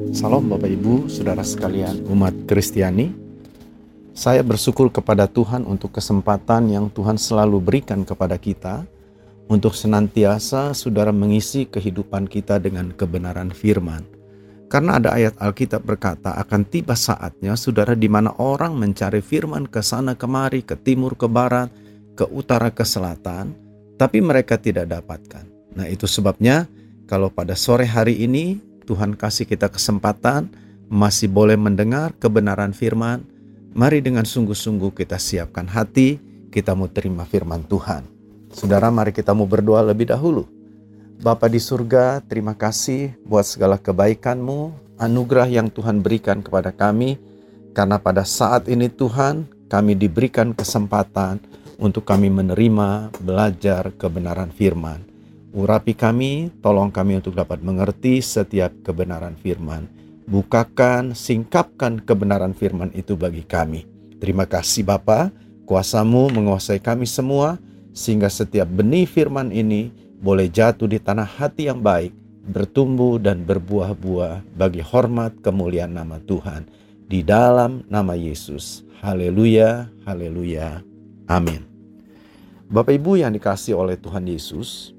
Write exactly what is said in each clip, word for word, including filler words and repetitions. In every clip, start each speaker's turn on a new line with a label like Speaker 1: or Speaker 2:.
Speaker 1: Salam Bapak Ibu, Saudara sekalian umat Kristiani. Saya bersyukur kepada Tuhan untuk kesempatan yang Tuhan selalu berikan kepada kita untuk senantiasa saudara mengisi kehidupan kita dengan kebenaran firman. Karena ada ayat Alkitab berkata, akan tiba saatnya saudara di mana orang mencari firman ke sana kemari, ke timur ke barat, ke utara ke selatan, tapi mereka tidak dapatkan. Nah, itu sebabnya kalau pada sore hari ini Tuhan kasih kita kesempatan masih boleh mendengar kebenaran firman. Mari dengan sungguh-sungguh kita siapkan hati, kita mau terima firman Tuhan. Saudara, mari kita mau berdoa lebih dahulu. Bapa di surga, terima kasih buat segala kebaikan-Mu, anugerah yang Tuhan berikan kepada kami. Karena pada saat ini Tuhan, kami diberikan kesempatan untuk kami menerima, belajar kebenaran firman. Urapi kami, tolong kami untuk dapat mengerti setiap kebenaran firman. Bukakan, singkapkan kebenaran firman itu bagi kami. Terima kasih Bapa, kuasa-Mu menguasai kami semua, sehingga setiap benih firman ini boleh jatuh di tanah hati yang baik, bertumbuh dan berbuah-buah bagi hormat kemuliaan nama Tuhan. Di dalam nama Yesus. Haleluya, haleluya, amin. Bapak Ibu yang dikasihi oleh Tuhan Yesus,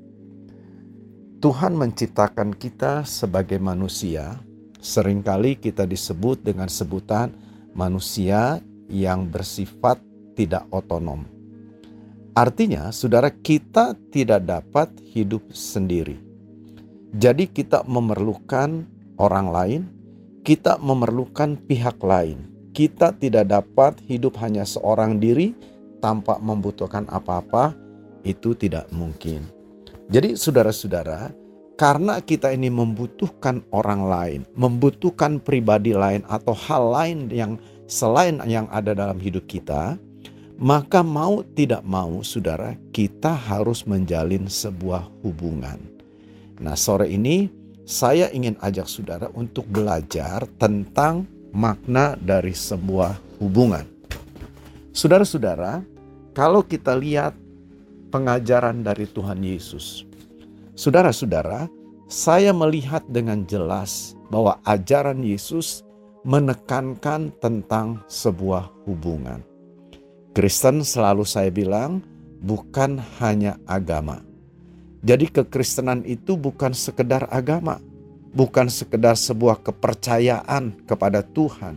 Speaker 1: Tuhan menciptakan kita sebagai manusia. Seringkali kita disebut dengan sebutan manusia yang bersifat tidak otonom. Artinya, saudara, kita tidak dapat hidup sendiri. Jadi kita memerlukan orang lain, kita memerlukan pihak lain. Kita tidak dapat hidup hanya seorang diri tanpa membutuhkan apa-apa, itu tidak mungkin. Jadi saudara-saudara, karena kita ini membutuhkan orang lain, membutuhkan pribadi lain atau hal lain yang selain yang ada dalam hidup kita, maka mau tidak mau saudara, kita harus menjalin sebuah hubungan. Nah, sore ini saya ingin ajak saudara untuk belajar tentang makna dari sebuah hubungan. Saudara-saudara, kalau kita lihat pengajaran dari Tuhan Yesus, saudara-saudara, saya melihat dengan jelas bahwa ajaran Yesus menekankan tentang sebuah hubungan. Kristen selalu saya bilang bukan hanya agama. Jadi kekristenan itu bukan sekedar agama, bukan sekedar sebuah kepercayaan kepada Tuhan.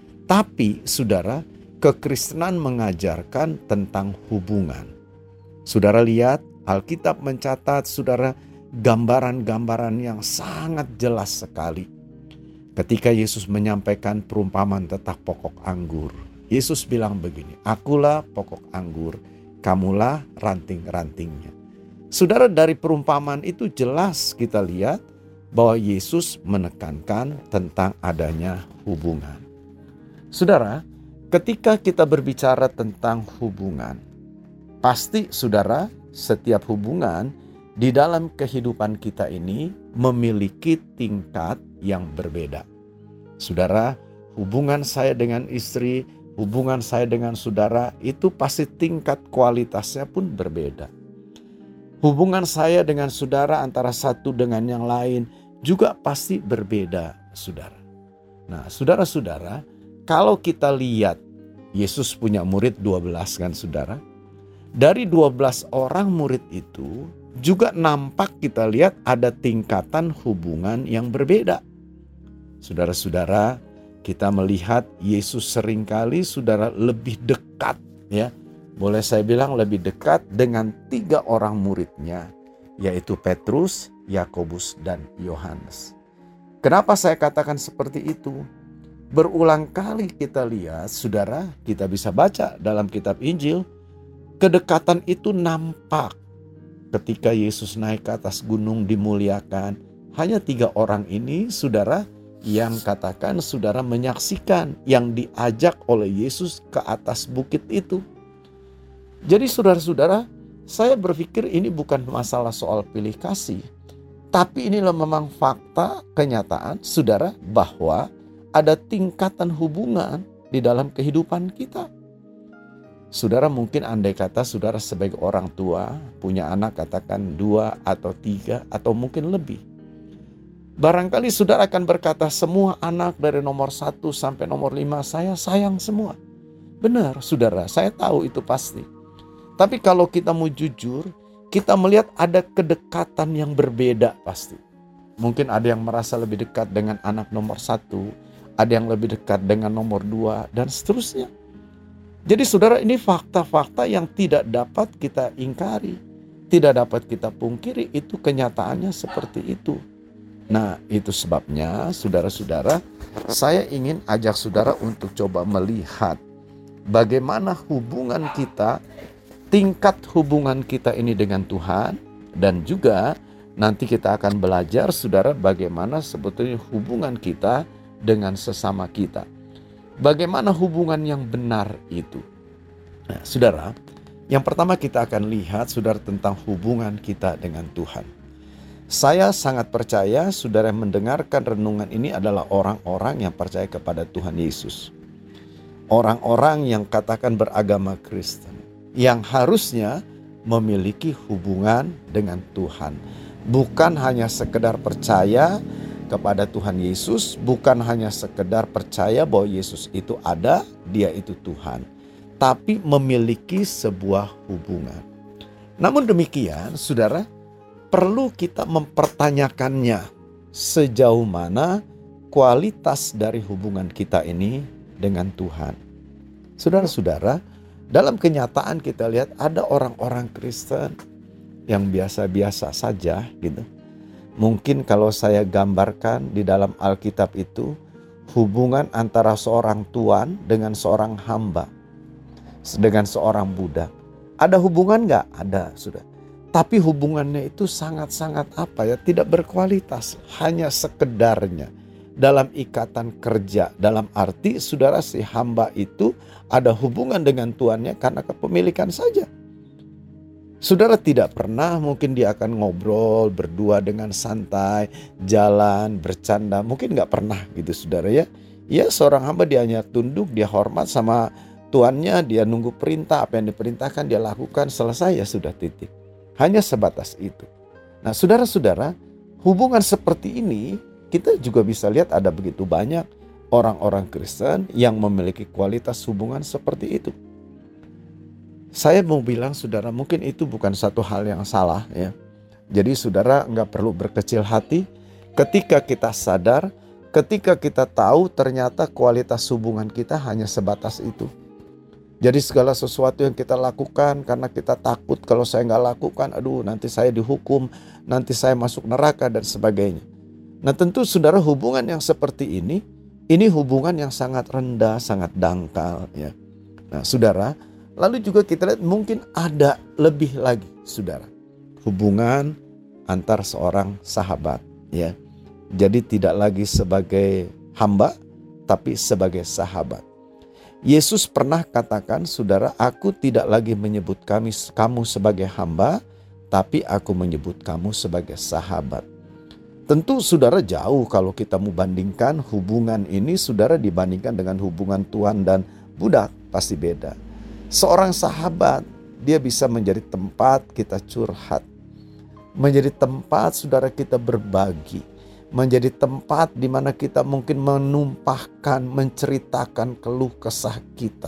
Speaker 1: Tapi saudara, kekristenan mengajarkan tentang hubungan. Saudara lihat, Alkitab mencatat saudara gambaran-gambaran yang sangat jelas sekali. Ketika Yesus menyampaikan perumpamaan tentang pokok anggur, Yesus bilang begini, akulah pokok anggur, kamulah ranting-rantingnya. Saudara, dari perumpamaan itu jelas kita lihat bahwa Yesus menekankan tentang adanya hubungan. Saudara, ketika kita berbicara tentang hubungan, pasti saudara, setiap hubungan di dalam kehidupan kita ini memiliki tingkat yang berbeda. Saudara, hubungan saya dengan istri, hubungan saya dengan saudara itu pasti tingkat kualitasnya pun berbeda. Hubungan saya dengan saudara antara satu dengan yang lain juga pasti berbeda, saudara. Nah, saudara-saudara, kalau kita lihat Yesus punya murid dua belas kan saudara. Dari dua belas orang murid itu juga nampak kita lihat ada tingkatan hubungan yang berbeda. Saudara-saudara, kita melihat Yesus seringkali saudara lebih dekat ya. Boleh saya bilang lebih dekat dengan tiga orang muridnya, yaitu Petrus, Yakobus, dan Yohanes. Kenapa saya katakan seperti itu? Berulang kali kita lihat, saudara, kita bisa baca dalam kitab Injil, kedekatan itu nampak ketika Yesus naik ke atas gunung dimuliakan. Hanya tiga orang ini, saudara, yang katakan saudara menyaksikan yang diajak oleh Yesus ke atas bukit itu. Jadi saudara-saudara, saya berpikir ini bukan masalah soal pilih kasih, tapi inilah memang fakta kenyataan, saudara, bahwa ada tingkatan hubungan di dalam kehidupan kita. Saudara, mungkin andai kata saudara sebagai orang tua punya anak katakan dua atau tiga atau mungkin lebih. Barangkali saudara akan berkata semua anak dari nomor satu sampai nomor lima saya sayang semua. Benar saudara, saya tahu itu pasti. Tapi kalau kita mau jujur, kita melihat ada kedekatan yang berbeda pasti. Mungkin ada yang merasa lebih dekat dengan anak nomor satu, ada yang lebih dekat dengan nomor dua, dan seterusnya. Jadi saudara, ini fakta-fakta yang tidak dapat kita ingkari, tidak dapat kita pungkiri, itu kenyataannya seperti itu. Nah, itu sebabnya saudara-saudara, saya ingin ajak saudara untuk coba melihat bagaimana hubungan kita, tingkat hubungan kita ini dengan Tuhan, dan juga nanti kita akan belajar saudara bagaimana sebetulnya hubungan kita dengan sesama kita. Bagaimana hubungan yang benar itu. Nah, saudara, yang pertama kita akan lihat saudara tentang hubungan kita dengan Tuhan. Saya sangat percaya saudara yang mendengarkan renungan ini adalah orang-orang yang percaya kepada Tuhan Yesus. Orang-orang yang katakan beragama Kristen, yang harusnya memiliki hubungan dengan Tuhan. Bukan hanya sekedar percaya kepada Tuhan Yesus, bukan hanya sekedar percaya bahwa Yesus itu ada, dia itu Tuhan. Tapi memiliki sebuah hubungan. Namun demikian, saudara, perlu kita mempertanyakannya sejauh mana kualitas dari hubungan kita ini dengan Tuhan. Saudara-saudara, dalam kenyataan kita lihat ada orang-orang Kristen yang biasa-biasa saja gitu. Mungkin kalau saya gambarkan di dalam Alkitab itu hubungan antara seorang tuan dengan seorang hamba, dengan seorang budak. Ada hubungan nggak? Ada, sudah. Tapi hubungannya itu sangat-sangat apa ya, tidak berkualitas, hanya sekedarnya dalam ikatan kerja. Dalam arti saudara si hamba itu ada hubungan dengan tuannya karena kepemilikan saja. Saudara tidak pernah mungkin dia akan ngobrol berdua dengan santai, jalan, bercanda. Mungkin gak pernah gitu saudara ya. Ya seorang hamba dia hanya tunduk, dia hormat sama tuannya, dia nunggu perintah, apa yang diperintahkan dia lakukan, selesai ya sudah titik. Hanya sebatas itu. Nah saudara-saudara, hubungan seperti ini kita juga bisa lihat ada begitu banyak orang-orang Kristen yang memiliki kualitas hubungan seperti itu. Saya mau bilang saudara, mungkin itu bukan satu hal yang salah ya. Jadi saudara nggak perlu berkecil hati ketika kita sadar, ketika kita tahu ternyata kualitas hubungan kita hanya sebatas itu. Jadi segala sesuatu yang kita lakukan karena kita takut kalau saya nggak lakukan, aduh nanti saya dihukum, nanti saya masuk neraka dan sebagainya. Nah tentu saudara, hubungan yang seperti ini, ini hubungan yang sangat rendah, sangat dangkal ya. Nah saudara, lalu juga kita lihat mungkin ada lebih lagi saudara. Hubungan antar seorang sahabat ya. Jadi tidak lagi sebagai hamba, tapi sebagai sahabat. Yesus pernah katakan, saudara, aku tidak lagi menyebut kami, kamu sebagai hamba, tapi aku menyebut kamu sebagai sahabat. Tentu saudara jauh kalau kita mau bandingkan hubungan ini, saudara, dibandingkan dengan hubungan tuan dan budak, pasti beda. Seorang sahabat, dia bisa menjadi tempat kita curhat, menjadi tempat saudara kita berbagi, menjadi tempat di mana kita mungkin menumpahkan, menceritakan keluh kesah kita.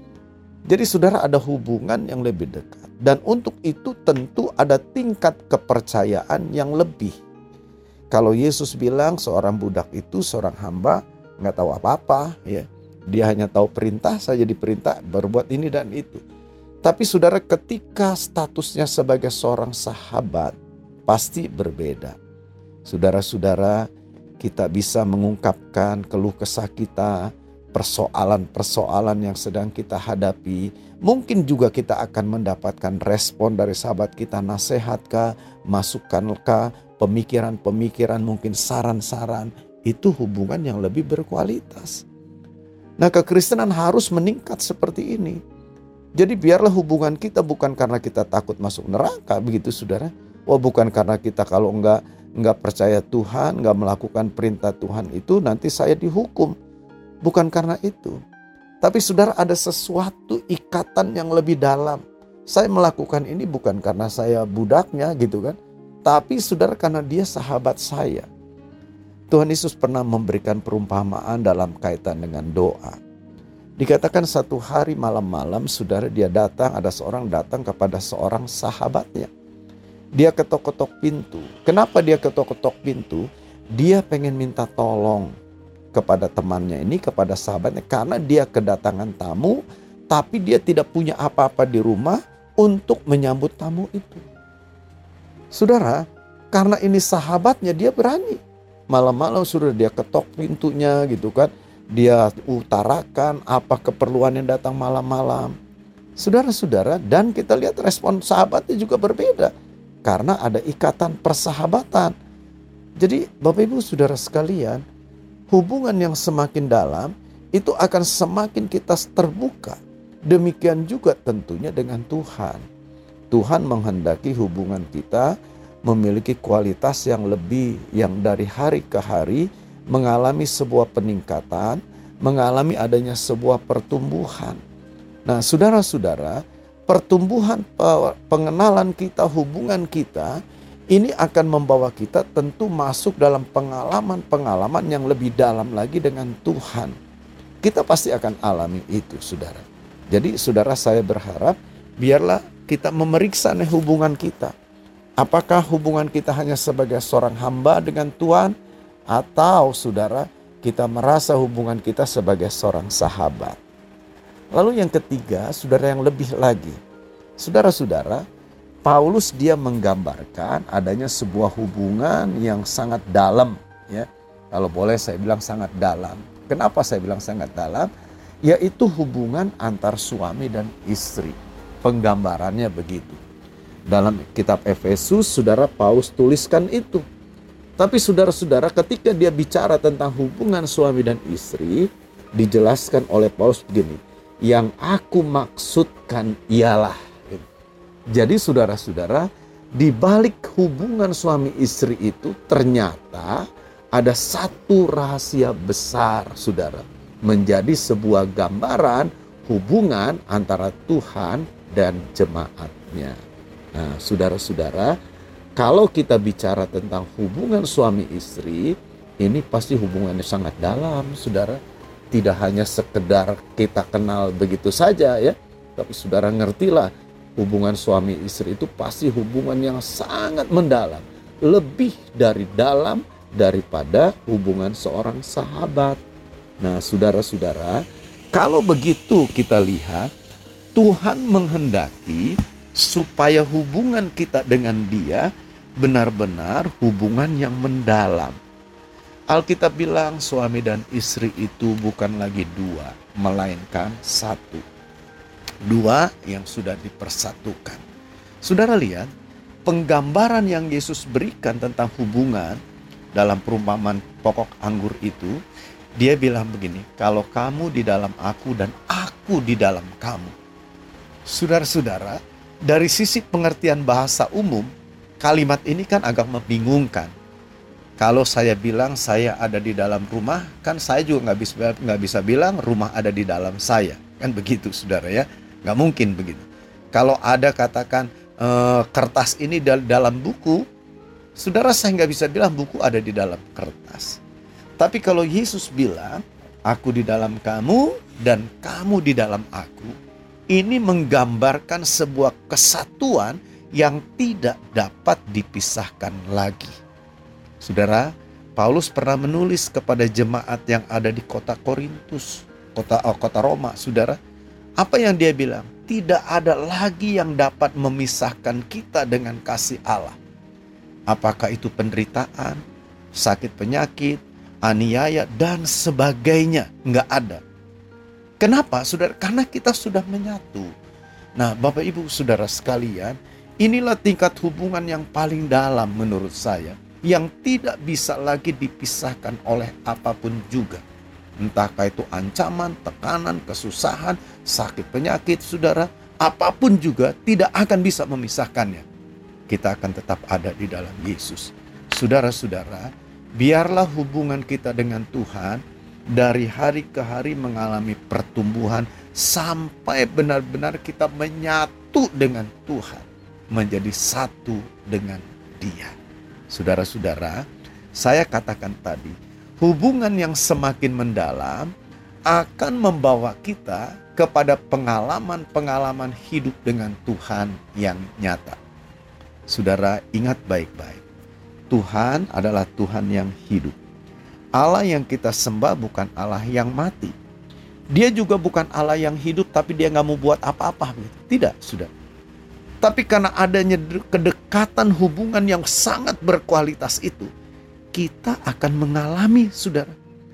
Speaker 1: Jadi saudara, ada hubungan yang lebih dekat. Dan untuk itu tentu ada tingkat kepercayaan yang lebih. Kalau Yesus bilang seorang budak itu, seorang hamba, nggak tahu apa-apa ya. Dia hanya tahu perintah saja, diperintah berbuat ini dan itu. Tapi saudara, ketika statusnya sebagai seorang sahabat, pasti berbeda. Saudara-saudara, kita bisa mengungkapkan keluh kesah kita, persoalan-persoalan yang sedang kita hadapi. Mungkin juga kita akan mendapatkan respon dari sahabat kita, nasihatkah, masukankah, pemikiran-pemikiran, mungkin saran-saran. Itu hubungan yang lebih berkualitas. Nah, kekristenan harus meningkat seperti ini. Jadi biarlah hubungan kita bukan karena kita takut masuk neraka, begitu saudara. Wah, bukan karena kita kalau enggak enggak percaya Tuhan, enggak melakukan perintah Tuhan itu nanti saya dihukum. Bukan karena itu. Tapi saudara, ada sesuatu ikatan yang lebih dalam. Saya melakukan ini bukan karena saya budaknya gitu kan. Tapi saudara, karena dia sahabat saya. Tuhan Yesus pernah memberikan perumpamaan dalam kaitan dengan doa. Dikatakan satu hari malam-malam, saudara, dia datang, ada seorang datang kepada seorang sahabatnya. Dia ketok-ketok pintu. Kenapa dia ketok-ketok pintu? Dia pengen minta tolong kepada temannya ini, kepada sahabatnya, karena dia kedatangan tamu, tapi dia tidak punya apa-apa di rumah untuk menyambut tamu itu. Saudara, karena ini sahabatnya, dia berani. Malam-malam sudah dia ketok pintunya gitu kan. Dia utarakan apa keperluan yang datang malam-malam. Saudara-saudara, dan kita lihat respon sahabatnya juga berbeda. Karena ada ikatan persahabatan. Jadi Bapak Ibu Saudara sekalian, hubungan yang semakin dalam itu akan semakin kita terbuka. Demikian juga tentunya dengan Tuhan. Tuhan menghendaki hubungan kita memiliki kualitas yang lebih, yang dari hari ke hari mengalami sebuah peningkatan, mengalami adanya sebuah pertumbuhan. Nah, saudara-saudara, pertumbuhan pengenalan kita, hubungan kita, ini akan membawa kita tentu masuk dalam pengalaman-pengalaman yang lebih dalam lagi dengan Tuhan. Kita pasti akan alami itu, saudara. Jadi, saudara, saya berharap biarlah kita memeriksa nih hubungan kita. Apakah hubungan kita hanya sebagai seorang hamba dengan Tuhan, atau saudara, kita merasa hubungan kita sebagai seorang sahabat. Lalu yang ketiga, saudara, yang lebih lagi. Saudara-saudara, Paulus dia menggambarkan adanya sebuah hubungan yang sangat dalam, ya. Kalau boleh saya bilang sangat dalam. Kenapa saya bilang sangat dalam? Yaitu hubungan antar suami dan istri. Penggambarannya begitu. Dalam kitab Efesus, saudara, Paulus tuliskan itu. Tapi saudara-saudara, ketika dia bicara tentang hubungan suami dan istri, dijelaskan oleh Paulus begini, yang aku maksudkan ialah. Jadi saudara-saudara, di balik hubungan suami istri itu ternyata ada satu rahasia besar, saudara. Menjadi sebuah gambaran hubungan antara Tuhan dan jemaatnya. Nah, saudara-saudara, kalau kita bicara tentang hubungan suami istri, ini pasti hubungannya sangat dalam, saudara. Tidak hanya sekedar kita kenal begitu saja, ya. Tapi saudara ngertilah, hubungan suami istri itu pasti hubungan yang sangat mendalam. Lebih dari dalam daripada hubungan seorang sahabat. Nah, saudara-saudara, kalau begitu kita lihat, Tuhan menghendaki supaya hubungan kita dengan Dia benar-benar hubungan yang mendalam. Alkitab bilang suami dan istri itu bukan lagi dua, melainkan satu. Dua yang sudah dipersatukan. Saudara lihat, penggambaran yang Yesus berikan tentang hubungan dalam perumpamaan pokok anggur itu, dia bilang begini, kalau kamu di dalam aku dan aku di dalam kamu. Saudara-saudara, dari sisi pengertian bahasa umum, kalimat ini kan agak membingungkan. Kalau saya bilang saya ada di dalam rumah, kan saya juga nggak bisa nggak bisa bilang rumah ada di dalam saya, kan begitu, saudara, ya, nggak mungkin begitu. Kalau ada katakan e, kertas ini dalam buku, saudara, saya nggak bisa bilang buku ada di dalam kertas. Tapi kalau Yesus bilang, aku di dalam kamu dan kamu di dalam aku, ini menggambarkan sebuah kesatuan yang tidak dapat dipisahkan lagi. Saudara, Paulus pernah menulis kepada jemaat yang ada di kota Korintus, kota oh, kota Roma, saudara. Apa yang dia bilang? Tidak ada lagi yang dapat memisahkan kita dengan kasih Allah. Apakah itu penderitaan, sakit penyakit, aniaya, dan sebagainya. Nggak ada. Kenapa, saudara? Karena kita sudah menyatu. Nah, Bapak Ibu Saudara sekalian, inilah tingkat hubungan yang paling dalam menurut saya, yang tidak bisa lagi dipisahkan oleh apapun juga. Entahkah itu ancaman, tekanan, kesusahan, sakit penyakit, saudara, apapun juga tidak akan bisa memisahkannya. Kita akan tetap ada di dalam Yesus. Saudara-saudara, biarlah hubungan kita dengan Tuhan dari hari ke hari mengalami pertumbuhan sampai benar-benar kita menyatu dengan Tuhan, menjadi satu dengan Dia. Saudara-saudara, Saya katakan tadi, hubungan yang semakin mendalam akan membawa kita kepada pengalaman-pengalaman hidup dengan Tuhan yang nyata. Saudara, ingat baik-baik. Tuhan adalah Tuhan yang hidup. Allah yang kita sembah bukan Allah yang mati. Dia juga bukan Allah yang hidup tapi dia nggak mau buat apa-apa. Tidak, sudah. Tapi karena adanya kedekatan hubungan yang sangat berkualitas itu, kita akan mengalami, saudara,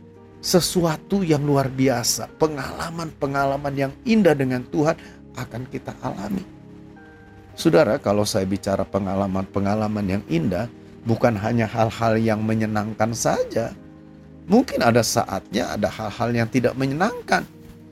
Speaker 1: sesuatu yang luar biasa. Pengalaman-pengalaman yang indah dengan Tuhan akan kita alami. Saudara, kalau saya bicara pengalaman-pengalaman yang indah, bukan hanya hal-hal yang menyenangkan saja. Mungkin ada saatnya ada hal-hal yang tidak menyenangkan,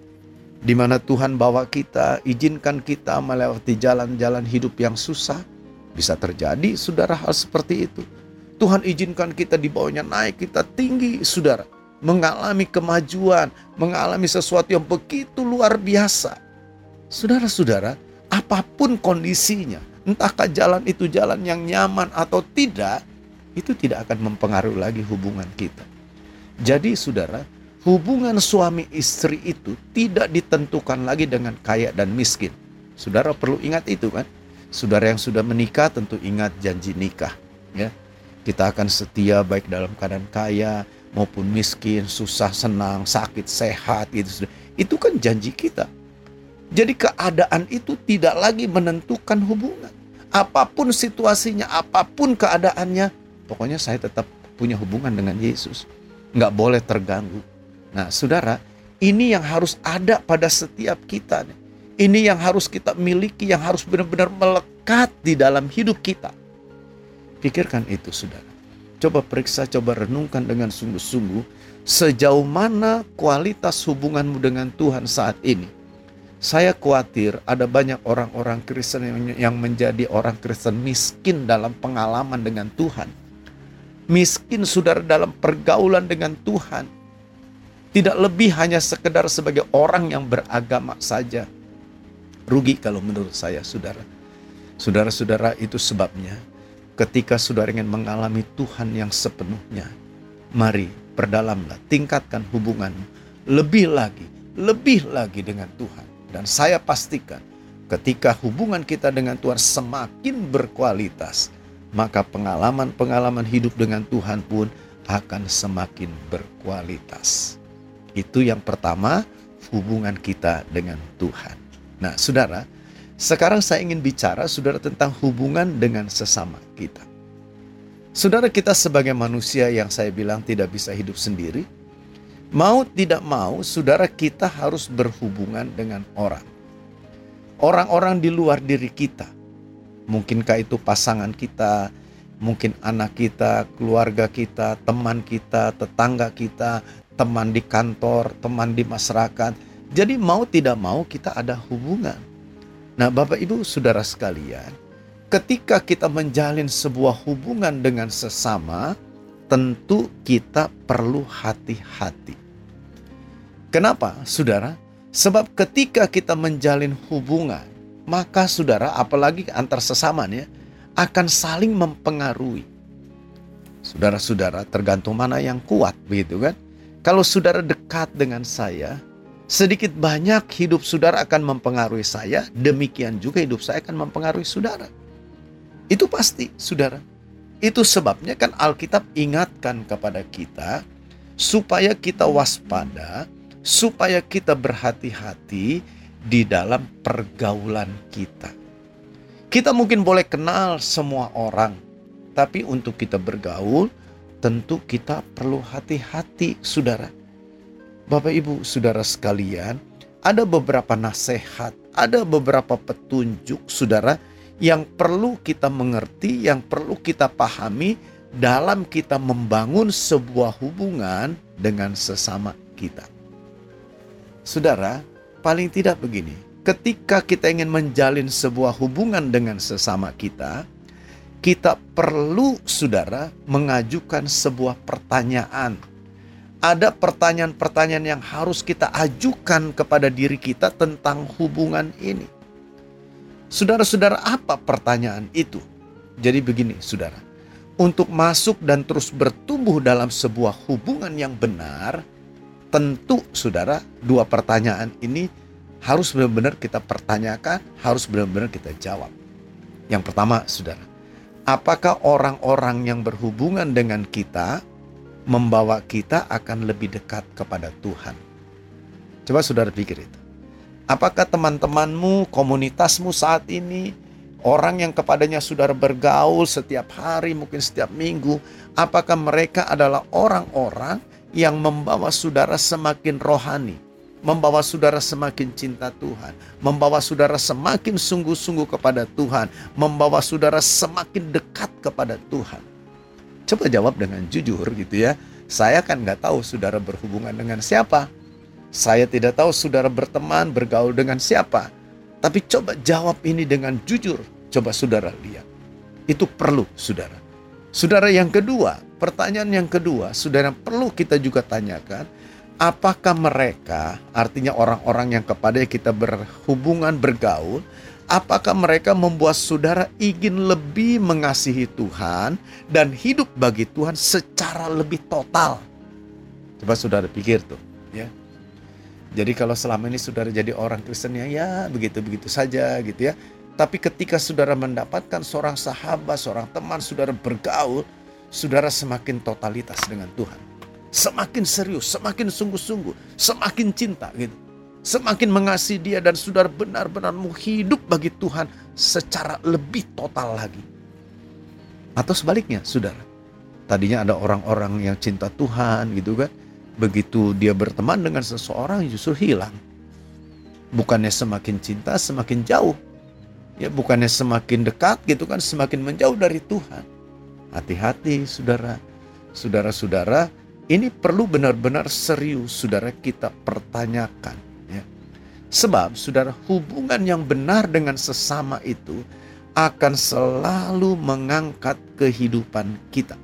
Speaker 1: di mana Tuhan bawa kita, izinkan kita melewati jalan-jalan hidup yang susah. Bisa terjadi, saudara, hal seperti itu. Tuhan izinkan kita dibawanya naik, kita tinggi, saudara. Mengalami kemajuan, mengalami sesuatu yang begitu luar biasa. Saudara-saudara, apapun kondisinya, entahkah jalan itu jalan yang nyaman atau tidak, itu tidak akan mempengaruhi lagi hubungan kita. Jadi saudara, hubungan suami istri itu tidak ditentukan lagi dengan kaya dan miskin. Saudara perlu ingat itu kan. Saudara yang sudah menikah tentu ingat janji nikah. Ya, kita akan setia baik dalam keadaan kaya maupun miskin, susah, senang, sakit, sehat. Itu, itu kan janji kita. Jadi keadaan itu tidak lagi menentukan hubungan. Apapun situasinya, apapun keadaannya, pokoknya saya tetap punya hubungan dengan Yesus. Nggak boleh terganggu. Nah saudara, ini yang harus ada pada setiap kita. Ini yang harus kita miliki, yang harus benar-benar melekat di dalam hidup kita. Pikirkan itu saudara. Coba periksa, coba renungkan dengan sungguh-sungguh. Sejauh mana kualitas hubunganmu dengan Tuhan saat ini. Saya khawatir ada banyak orang-orang Kristen yang menjadi orang Kristen miskin dalam pengalaman dengan Tuhan. Miskin saudara dalam pergaulan dengan Tuhan. Tidak lebih hanya sekedar sebagai orang yang beragama saja. Rugi kalau menurut saya saudara. Saudara-saudara, itu sebabnya ketika saudara ingin mengalami Tuhan yang sepenuhnya, mari perdalamlah, tingkatkan hubunganmu lebih lagi, lebih lagi dengan Tuhan. Dan saya pastikan ketika hubungan kita dengan Tuhan semakin berkualitas, maka pengalaman-pengalaman hidup dengan Tuhan pun akan semakin berkualitas. Itu yang pertama, hubungan kita dengan Tuhan. Nah, saudara, sekarang saya ingin bicara, saudara, tentang hubungan dengan sesama kita. Saudara, kita sebagai manusia yang saya bilang tidak bisa hidup sendiri, mau tidak mau, saudara, kita harus berhubungan dengan orang. Orang-orang di luar diri kita. Mungkinkah itu pasangan kita, mungkin anak kita, keluarga kita, teman kita, tetangga kita, teman di kantor, teman di masyarakat. Jadi mau tidak mau kita ada hubungan. Nah Bapak Ibu Saudara sekalian, ketika kita menjalin sebuah hubungan dengan sesama, tentu kita perlu hati-hati. Kenapa saudara? Sebab ketika kita menjalin hubungan, maka saudara, apalagi antar sesamanya, akan saling mempengaruhi. Saudara-saudara, tergantung mana yang kuat, begitu kan? Kalau saudara dekat dengan saya, sedikit banyak hidup saudara akan mempengaruhi saya, demikian juga hidup saya akan mempengaruhi saudara. Itu pasti, saudara. Itu sebabnya kan Alkitab ingatkan kepada kita, supaya kita waspada, supaya kita berhati-hati di dalam pergaulan kita. Kita mungkin boleh kenal semua orang, tapi untuk kita bergaul, tentu kita perlu hati-hati, saudara. Bapak Ibu Saudara sekalian, ada beberapa nasihat, ada beberapa petunjuk, saudara, yang perlu kita mengerti, yang perlu kita pahami dalam kita membangun sebuah hubungan dengan sesama kita. Saudara, paling tidak begini, ketika kita ingin menjalin sebuah hubungan dengan sesama kita, kita perlu, saudara, mengajukan sebuah pertanyaan. Ada pertanyaan-pertanyaan yang harus kita ajukan kepada diri kita tentang hubungan ini. Saudara-saudara, apa pertanyaan itu? Jadi begini, saudara. Untuk masuk dan terus bertumbuh dalam sebuah hubungan yang benar, tentu saudara, dua pertanyaan ini harus benar-benar kita pertanyakan, harus benar-benar kita jawab. Yang pertama saudara, apakah orang-orang yang berhubungan dengan kita membawa kita akan lebih dekat kepada Tuhan? Coba saudara pikir itu. Apakah teman-temanmu, komunitasmu saat ini, orang yang kepadanya saudara bergaul setiap hari, mungkin setiap minggu, apakah mereka adalah orang-orang yang membawa saudara semakin rohani, membawa saudara semakin cinta Tuhan, membawa saudara semakin sungguh-sungguh kepada Tuhan, membawa saudara semakin dekat kepada Tuhan? Coba jawab dengan jujur gitu ya. Saya kan nggak tahu saudara berhubungan dengan siapa. Saya tidak tahu saudara berteman, bergaul dengan siapa. Tapi coba jawab ini dengan jujur. Coba saudara lihat. Itu perlu saudara. Saudara, yang kedua, pertanyaan yang kedua, saudara, perlu kita juga tanyakan, apakah mereka, artinya orang-orang yang kepada kita berhubungan, bergaul, apakah mereka membuat saudara ingin lebih mengasihi Tuhan dan hidup bagi Tuhan secara lebih total? Coba saudara pikir tuh, ya. Jadi kalau selama ini saudara jadi orang Kristen ya, ya begitu-begitu saja gitu ya. Tapi ketika saudara mendapatkan seorang sahabat, seorang teman, saudara bergaul, saudara semakin totalitas dengan Tuhan. Semakin serius, semakin sungguh-sungguh, semakin cinta gitu. Semakin mengasihi dia dan saudara benar-benar mau hidup bagi Tuhan secara lebih total lagi. Atau sebaliknya saudara. Tadinya ada orang-orang yang cinta Tuhan gitu kan. Begitu dia berteman dengan seseorang justru hilang. Bukannya semakin cinta, semakin jauh. Ya, bukannya semakin dekat gitu kan, semakin menjauh dari Tuhan. Hati-hati saudara. Saudara-saudara, ini perlu benar-benar serius saudara kita pertanyakan. Ya. Sebab saudara, hubungan yang benar dengan sesama itu akan selalu mengangkat kehidupan kita.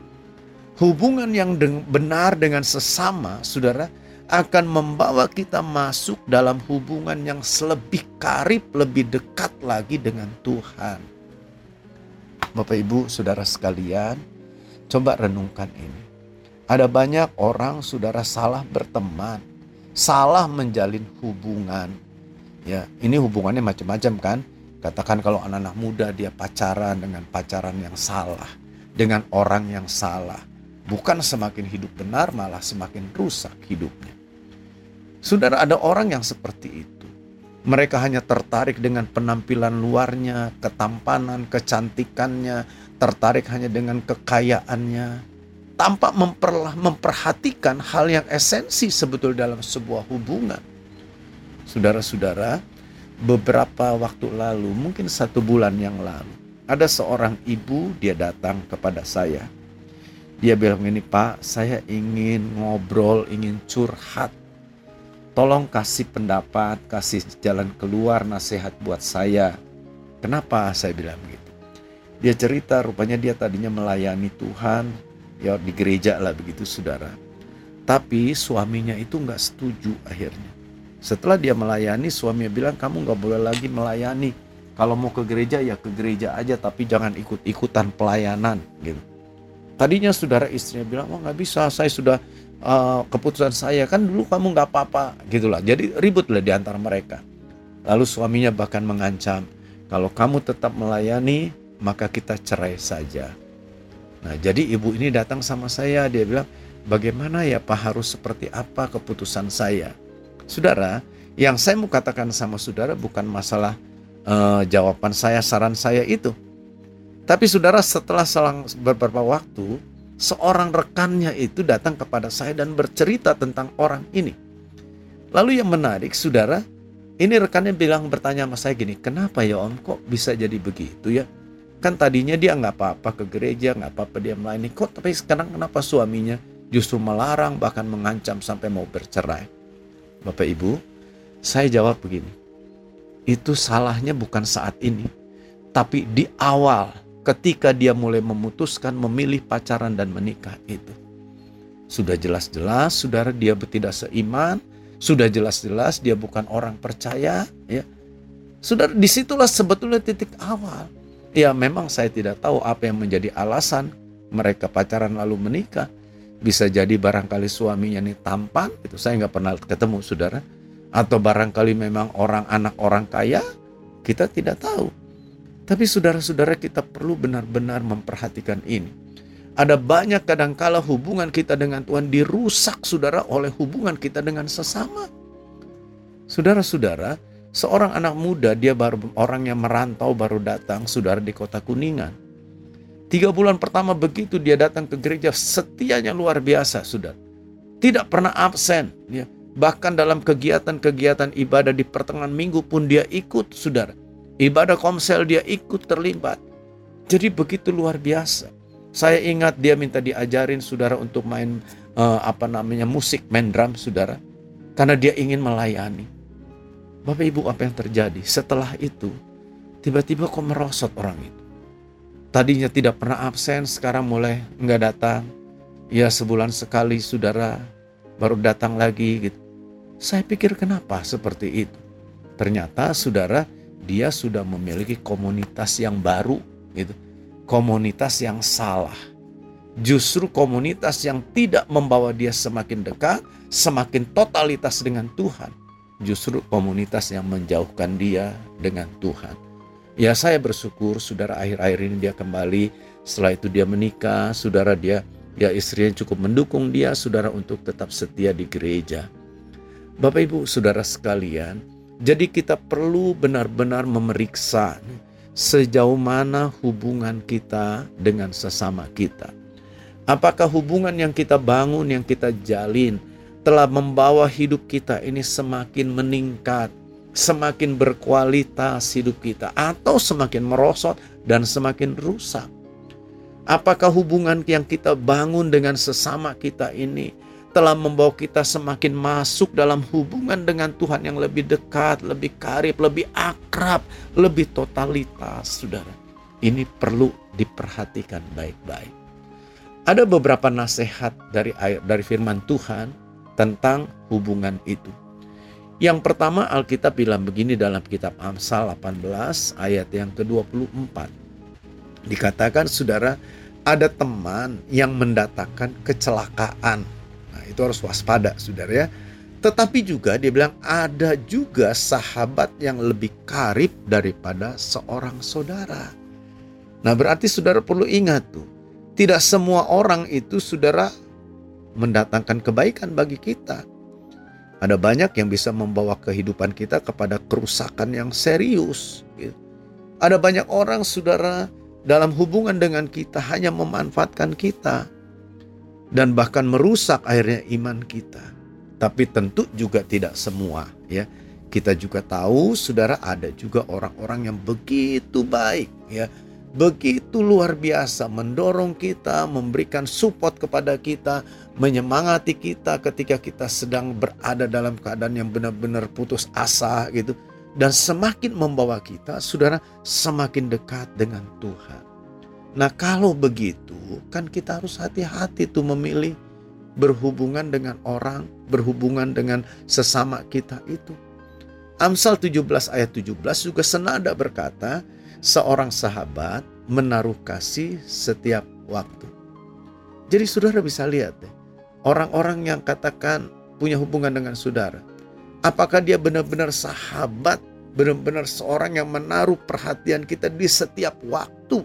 Speaker 1: Hubungan yang deng- benar dengan sesama, saudara, akan membawa kita masuk dalam hubungan yang lebih karib, lebih dekat lagi dengan Tuhan. Bapak Ibu, saudara sekalian, coba renungkan ini. Ada banyak orang, saudara, salah berteman, salah menjalin hubungan. Ya, ini hubungannya macam-macam kan. Katakan kalau anak-anak muda dia pacaran dengan pacaran yang salah, dengan orang yang salah. Bukan semakin hidup benar, malah semakin rusak hidupnya. Saudara, ada orang yang seperti itu. Mereka hanya tertarik dengan penampilan luarnya, ketampanan, kecantikannya, tertarik hanya dengan kekayaannya, tanpa memperlah, memperhatikan hal yang esensi sebetulnya dalam sebuah hubungan. Saudara-saudara, beberapa waktu lalu, mungkin satu bulan yang lalu, ada seorang ibu, dia datang kepada saya. Dia bilang ini, Pak, saya ingin ngobrol, ingin curhat. Tolong kasih pendapat, kasih jalan keluar, nasihat buat saya. Kenapa saya bilang begitu? Dia cerita rupanya dia tadinya melayani Tuhan, ya di gereja lah begitu saudara. Tapi suaminya itu gak setuju akhirnya. Setelah dia melayani, suaminya bilang kamu gak boleh lagi melayani. Kalau mau ke gereja ya ke gereja aja, tapi jangan ikut-ikutan pelayanan gitu. Tadinya saudara istrinya bilang, oh gak bisa, saya sudah uh, keputusan saya, kan dulu kamu gak apa-apa gitulah. Jadi ribut lah di antara mereka. Lalu suaminya bahkan mengancam, kalau kamu tetap melayani maka kita cerai saja. Nah jadi ibu ini datang sama saya, dia bilang, bagaimana ya Pak, harus seperti apa keputusan saya? Saudara, yang saya mau katakan sama saudara bukan masalah uh, jawaban saya, saran saya itu. Tapi saudara, setelah selang beberapa waktu, seorang rekannya itu datang kepada saya dan bercerita tentang orang ini. Lalu yang menarik saudara, ini rekannya bilang, bertanya sama saya gini, kenapa ya Om kok bisa jadi begitu ya? Kan tadinya dia gak apa-apa ke gereja, gak apa-apa dia melayani, kok tapi sekarang kenapa suaminya justru melarang, bahkan mengancam sampai mau bercerai? Bapak Ibu, saya jawab begini, itu salahnya bukan saat ini, tapi di awal ketika dia mulai memutuskan memilih pacaran dan menikah itu. Sudah jelas-jelas saudara dia tidak seiman, sudah jelas-jelas dia bukan orang percaya, ya. Saudara, disitulah sebetulnya titik awal. Ya memang saya tidak tahu apa yang menjadi alasan mereka pacaran lalu menikah. Bisa jadi barangkali suaminya ini tampan, itu saya nggak pernah ketemu saudara. Atau barangkali memang orang anak orang kaya, kita tidak tahu. Tapi saudara-saudara, kita perlu benar-benar memperhatikan ini. Ada banyak kadangkala hubungan kita dengan Tuhan dirusak saudara oleh hubungan kita dengan sesama. Saudara-saudara, seorang anak muda, dia baru orang yang merantau baru datang saudara di kota Kuningan. Tiga bulan pertama begitu dia datang ke gereja, setianya luar biasa saudara. Tidak pernah absen. Ya. Bahkan dalam kegiatan-kegiatan ibadah di pertengahan minggu pun dia ikut saudara. Ibadah komsel dia ikut terlibat. Jadi begitu luar biasa. Saya ingat dia minta diajarin saudara untuk main uh, apa namanya musik, main drum saudara. Karena dia ingin melayani. Bapak Ibu, apa yang terjadi? Setelah itu tiba-tiba kok merosot orang itu. Tadinya tidak pernah absen, sekarang mulai nggak datang. Ya sebulan sekali saudara baru datang lagi gitu. Saya pikir kenapa seperti itu? Ternyata saudara, dia sudah memiliki komunitas yang baru gitu. Komunitas yang salah. Justru komunitas yang tidak membawa dia semakin dekat, semakin totalitas dengan Tuhan. Justru komunitas yang menjauhkan dia dengan Tuhan. Ya saya bersyukur saudara akhir-akhir ini dia kembali. Setelah itu dia menikah. Saudara dia ya istrinya cukup mendukung dia saudara untuk tetap setia di gereja. Bapak Ibu saudara sekalian. Jadi kita perlu benar-benar memeriksa sejauh mana hubungan kita dengan sesama kita. Apakah hubungan yang kita bangun, yang kita jalin telah membawa hidup kita ini semakin meningkat, semakin berkualitas hidup kita, atau semakin merosot dan semakin rusak? Apakah hubungan yang kita bangun dengan sesama kita ini telah membawa kita semakin masuk dalam hubungan dengan Tuhan yang lebih dekat, lebih karib, lebih akrab, lebih totalitas, saudara? Ini perlu diperhatikan baik-baik. Ada beberapa nasihat dari ayat dari firman Tuhan tentang hubungan itu. Yang pertama, Alkitab bilang begini dalam kitab Amsal delapan belas ayat yang ke dua puluh empat. Dikatakan saudara, ada teman yang mendatangkan kecelakaan. Nah, itu harus waspada saudara ya. Tetapi juga dia bilang ada juga sahabat yang lebih karib daripada seorang saudara. Nah, berarti saudara perlu ingat tuh, tidak semua orang itu saudara mendatangkan kebaikan bagi kita. Ada banyak yang bisa membawa kehidupan kita kepada kerusakan yang serius. Ada banyak orang saudara dalam hubungan dengan kita hanya memanfaatkan kita dan bahkan merusak akhirnya iman kita. Tapi tentu juga tidak semua ya. Kita juga tahu saudara ada juga orang-orang yang begitu baik ya. Begitu luar biasa mendorong kita, memberikan support kepada kita, menyemangati kita ketika kita sedang berada dalam keadaan yang benar-benar putus asa gitu. Dan semakin membawa kita, saudara, semakin dekat dengan Tuhan. Nah kalau begitu, kan kita harus hati-hati tuh memilih berhubungan dengan orang, berhubungan dengan sesama kita itu. Amsal tujuh belas ayat tujuh belas juga senada berkata, seorang sahabat menaruh kasih setiap waktu. Jadi saudara bisa lihat deh, orang-orang yang katakan punya hubungan dengan saudara, apakah dia benar-benar sahabat, benar-benar seorang yang menaruh perhatian kita di setiap waktu,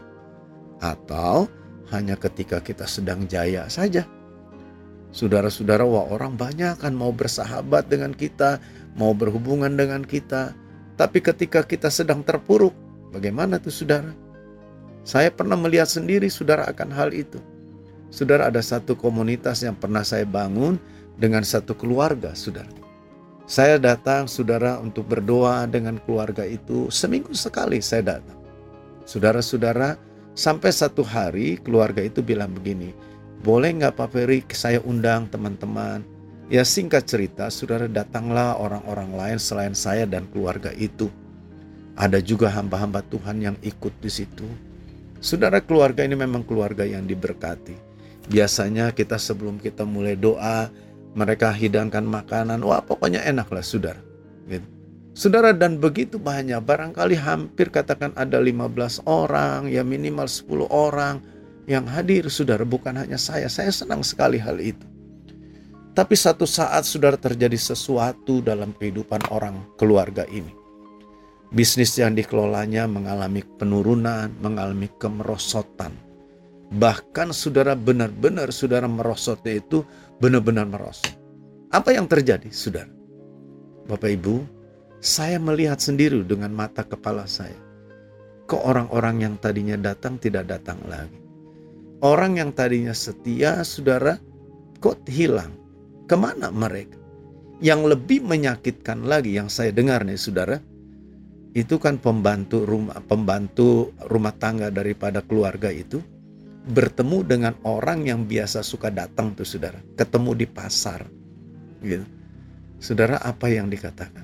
Speaker 1: atau hanya ketika kita sedang jaya saja? Saudara-saudara, wah orang banyak kan mau bersahabat dengan kita, mau berhubungan dengan kita, tapi ketika kita sedang terpuruk, bagaimana tuh saudara? Saya pernah melihat sendiri saudara akan hal itu. Saudara, ada satu komunitas yang pernah saya bangun dengan satu keluarga saudara. Saya datang saudara untuk berdoa dengan keluarga itu. Seminggu sekali saya datang. Saudara-saudara, sampai satu hari keluarga itu bilang begini, boleh gak Pak Ferry saya undang teman-teman? Ya singkat cerita saudara, datanglah orang-orang lain selain saya dan keluarga itu. Ada juga hamba-hamba Tuhan yang ikut di situ. Saudara, keluarga ini memang keluarga yang diberkati. Biasanya kita sebelum kita mulai doa, mereka hidangkan makanan. Wah pokoknya enak lah saudara. Gitu. Saudara, dan begitu banyak, barangkali hampir katakan ada lima belas orang, ya minimal sepuluh orang. Yang hadir saudara bukan hanya saya, saya senang sekali hal itu. Tapi satu saat saudara terjadi sesuatu dalam kehidupan orang keluarga ini. Bisnis yang dikelolanya mengalami penurunan, mengalami kemerosotan. Bahkan saudara benar-benar saudara merosotnya itu benar-benar merosot. Apa yang terjadi saudara? Bapak Ibu, saya melihat sendiri dengan mata kepala saya. Kok orang-orang yang tadinya datang tidak datang lagi. Orang yang tadinya setia saudara kok hilang. Kemana mereka? Yang lebih menyakitkan lagi yang saya dengar nih saudara, itu kan pembantu rumah pembantu rumah tangga daripada keluarga itu bertemu dengan orang yang biasa suka datang tuh saudara, ketemu di pasar gitu. Saudara, apa yang dikatakan?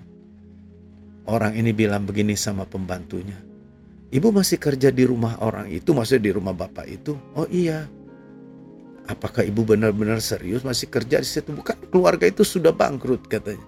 Speaker 1: Orang ini bilang begini sama pembantunya, "Ibu masih kerja di rumah orang itu, maksudnya di rumah bapak itu?" "Oh iya." "Apakah ibu benar-benar serius masih kerja di situ?" "Bukan, keluarga itu sudah bangkrut," katanya.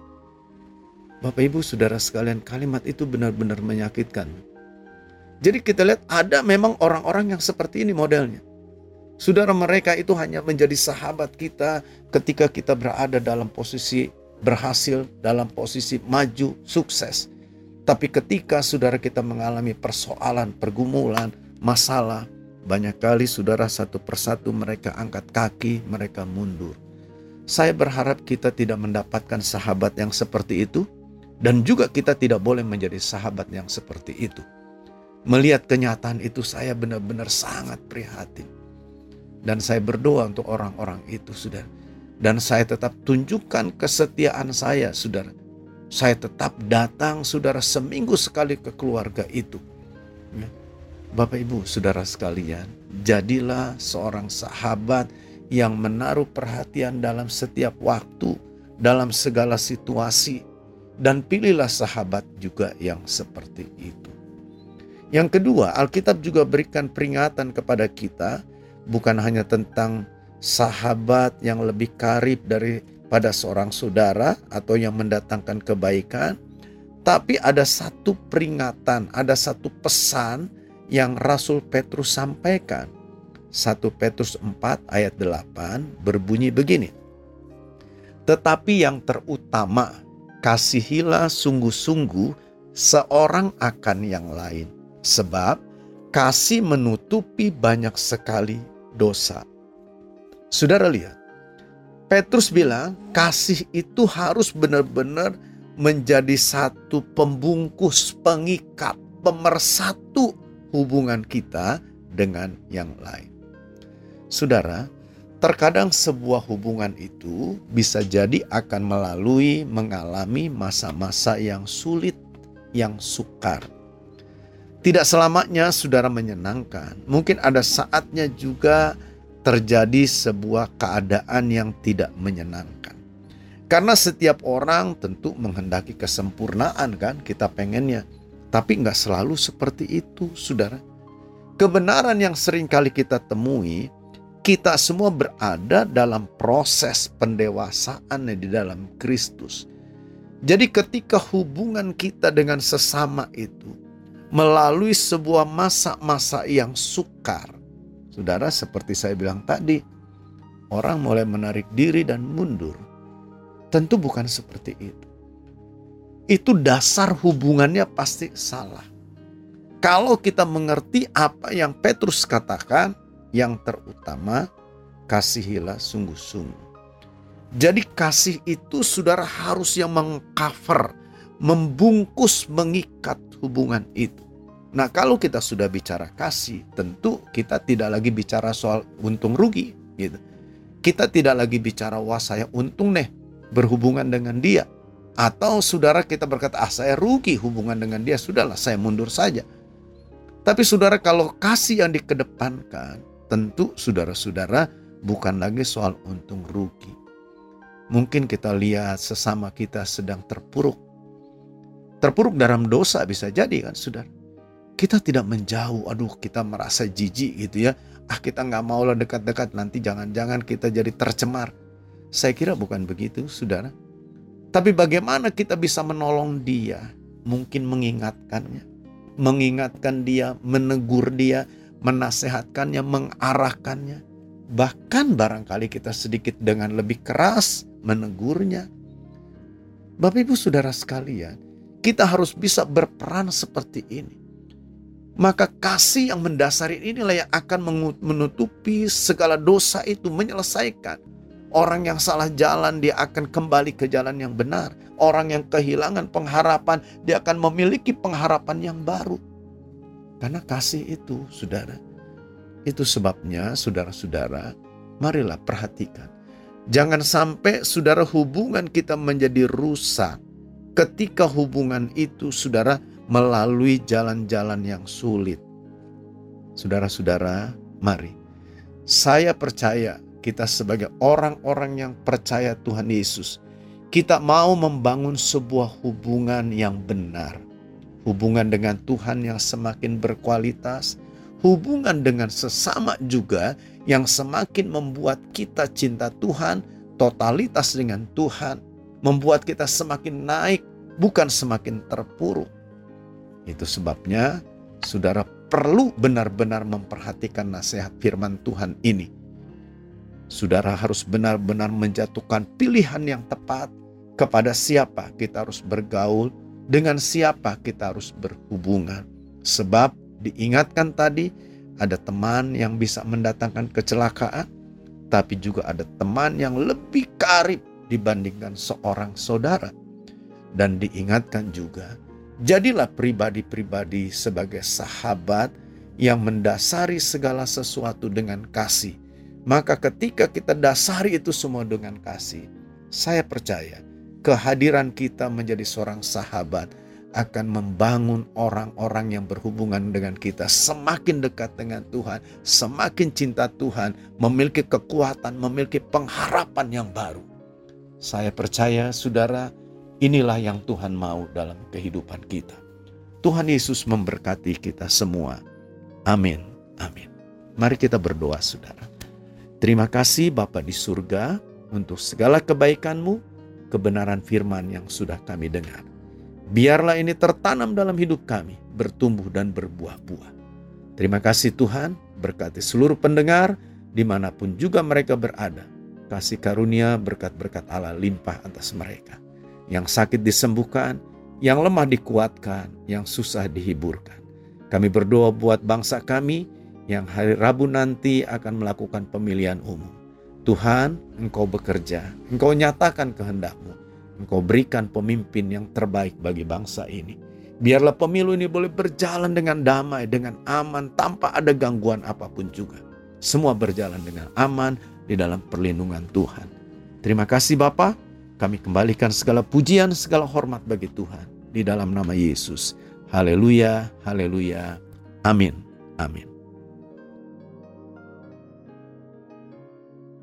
Speaker 1: Bapak Ibu saudara sekalian, kalimat itu benar-benar menyakitkan. Jadi kita lihat ada memang orang-orang yang seperti ini modelnya. Saudara, mereka itu hanya menjadi sahabat kita ketika kita berada dalam posisi berhasil, dalam posisi maju, sukses. Tapi ketika saudara kita mengalami persoalan, pergumulan, masalah, banyak kali saudara satu persatu mereka angkat kaki, mereka mundur. Saya berharap kita tidak mendapatkan sahabat yang seperti itu. Dan juga kita tidak boleh menjadi sahabat yang seperti itu. Melihat kenyataan itu saya benar-benar sangat prihatin. Dan saya berdoa untuk orang-orang itu saudara. Dan saya tetap tunjukkan kesetiaan saya saudara. Saya tetap datang saudara seminggu sekali ke keluarga itu. Ya. Bapak Ibu saudara sekalian, jadilah seorang sahabat yang menaruh perhatian dalam setiap waktu, dalam segala situasi. Dan pilihlah sahabat juga yang seperti itu. Yang kedua, Alkitab juga berikan peringatan kepada kita, bukan hanya tentang sahabat yang lebih karib daripada seorang saudara atau yang mendatangkan kebaikan, tapi ada satu peringatan, ada satu pesan yang Rasul Petrus sampaikan. satu Petrus empat ayat delapan berbunyi begini. "Tetapi yang terutama, kasihilah sungguh-sungguh seorang akan yang lain, sebab kasih menutupi banyak sekali dosa." Saudara lihat, Petrus bilang kasih itu harus benar-benar menjadi satu pembungkus, pengikat, pemersatu hubungan kita dengan yang lain. Saudara, terkadang sebuah hubungan itu bisa jadi akan melalui mengalami masa-masa yang sulit, yang sukar. Tidak selamanya saudara menyenangkan. Mungkin ada saatnya juga terjadi sebuah keadaan yang tidak menyenangkan. Karena setiap orang tentu menghendaki kesempurnaan kan, kita pengennya. Tapi nggak selalu seperti itu saudara. Kebenaran yang sering kali kita temui, kita semua berada dalam proses pendewasaan di dalam Kristus. Jadi ketika hubungan kita dengan sesama itu melalui sebuah masa-masa yang sukar, saudara, seperti saya bilang tadi, orang mulai menarik diri dan mundur. Tentu bukan seperti itu. Itu dasar hubungannya pasti salah. Kalau kita mengerti apa yang Petrus katakan, yang terutama, kasihilah sungguh-sungguh. Jadi kasih itu saudara harus yang mengcover, membungkus, mengikat hubungan itu. Nah, kalau kita sudah bicara kasih, tentu kita tidak lagi bicara soal untung rugi gitu. Kita tidak lagi bicara wah saya untung nih berhubungan dengan dia. Atau saudara kita berkata ah saya rugi hubungan dengan dia, sudahlah saya mundur saja. Tapi saudara, kalau kasih yang dikedepankan, tentu saudara-saudara bukan lagi soal untung rugi. Mungkin kita lihat sesama kita sedang terpuruk. Terpuruk dalam dosa bisa jadi kan saudara. Kita tidak menjauh, aduh kita merasa jijik gitu ya. Ah kita gak mau lah dekat-dekat, nanti jangan-jangan kita jadi tercemar. Saya kira bukan begitu saudara. Tapi bagaimana kita bisa menolong dia? Mungkin mengingatkannya. Mengingatkan dia, menegur dia, menasehatkannya, mengarahkannya. Bahkan barangkali kita sedikit dengan lebih keras menegurnya. Bapak Ibu Saudara sekalian, kita harus bisa berperan seperti ini. Maka kasih yang mendasari inilah yang akan menutupi segala dosa itu, menyelesaikan. Orang yang salah jalan, dia akan kembali ke jalan yang benar. Orang yang kehilangan pengharapan, dia akan memiliki pengharapan yang baru. Karena kasih itu, saudara. Itu sebabnya, saudara-saudara, marilah perhatikan. Jangan sampai, saudara, hubungan kita menjadi rusak ketika hubungan itu, saudara, melalui jalan-jalan yang sulit. Saudara-saudara, mari. Saya percaya kita sebagai orang-orang yang percaya Tuhan Yesus, kita mau membangun sebuah hubungan yang benar. Hubungan dengan Tuhan yang semakin berkualitas, hubungan dengan sesama juga yang semakin membuat kita cinta Tuhan, totalitas dengan Tuhan, membuat kita semakin naik, bukan semakin terpuruk. Itu sebabnya saudara perlu benar-benar memperhatikan nasihat firman Tuhan ini. Saudara harus benar-benar menjatuhkan pilihan yang tepat kepada siapa kita harus bergaul, dengan siapa kita harus berhubungan. Sebab diingatkan tadi, ada teman yang bisa mendatangkan kecelakaan, tapi juga ada teman yang lebih karib dibandingkan seorang saudara. Dan diingatkan juga, jadilah pribadi-pribadi sebagai sahabat yang mendasari segala sesuatu dengan kasih. Maka ketika kita dasari itu semua dengan kasih, saya percaya kehadiran kita menjadi seorang sahabat akan membangun orang-orang yang berhubungan dengan kita semakin dekat dengan Tuhan, semakin cinta Tuhan, memiliki kekuatan, memiliki pengharapan yang baru. Saya percaya, saudara, inilah yang Tuhan mau dalam kehidupan kita. Tuhan Yesus memberkati kita semua. Amin. Amin. Mari kita berdoa, saudara. Terima kasih Bapa di surga untuk segala kebaikan-Mu, kebenaran firman yang sudah kami dengar. Biarlah ini tertanam dalam hidup kami, bertumbuh dan berbuah-buah. Terima kasih Tuhan, berkati seluruh pendengar dimanapun juga mereka berada. Kasih karunia berkat-berkat Allah limpah atas mereka. Yang sakit disembuhkan, yang lemah dikuatkan, yang susah dihiburkan. Kami berdoa buat bangsa kami yang hari Rabu nanti akan melakukan pemilihan umum. Tuhan, Engkau bekerja, Engkau nyatakan kehendak-Mu, Engkau berikan pemimpin yang terbaik bagi bangsa ini. Biarlah pemilu ini boleh berjalan dengan damai, dengan aman, tanpa ada gangguan apapun juga. Semua berjalan dengan aman di dalam perlindungan Tuhan. Terima kasih Bapa, kami kembalikan segala pujian, segala hormat bagi Tuhan. Di dalam nama Yesus. Haleluya, haleluya, amin, amin.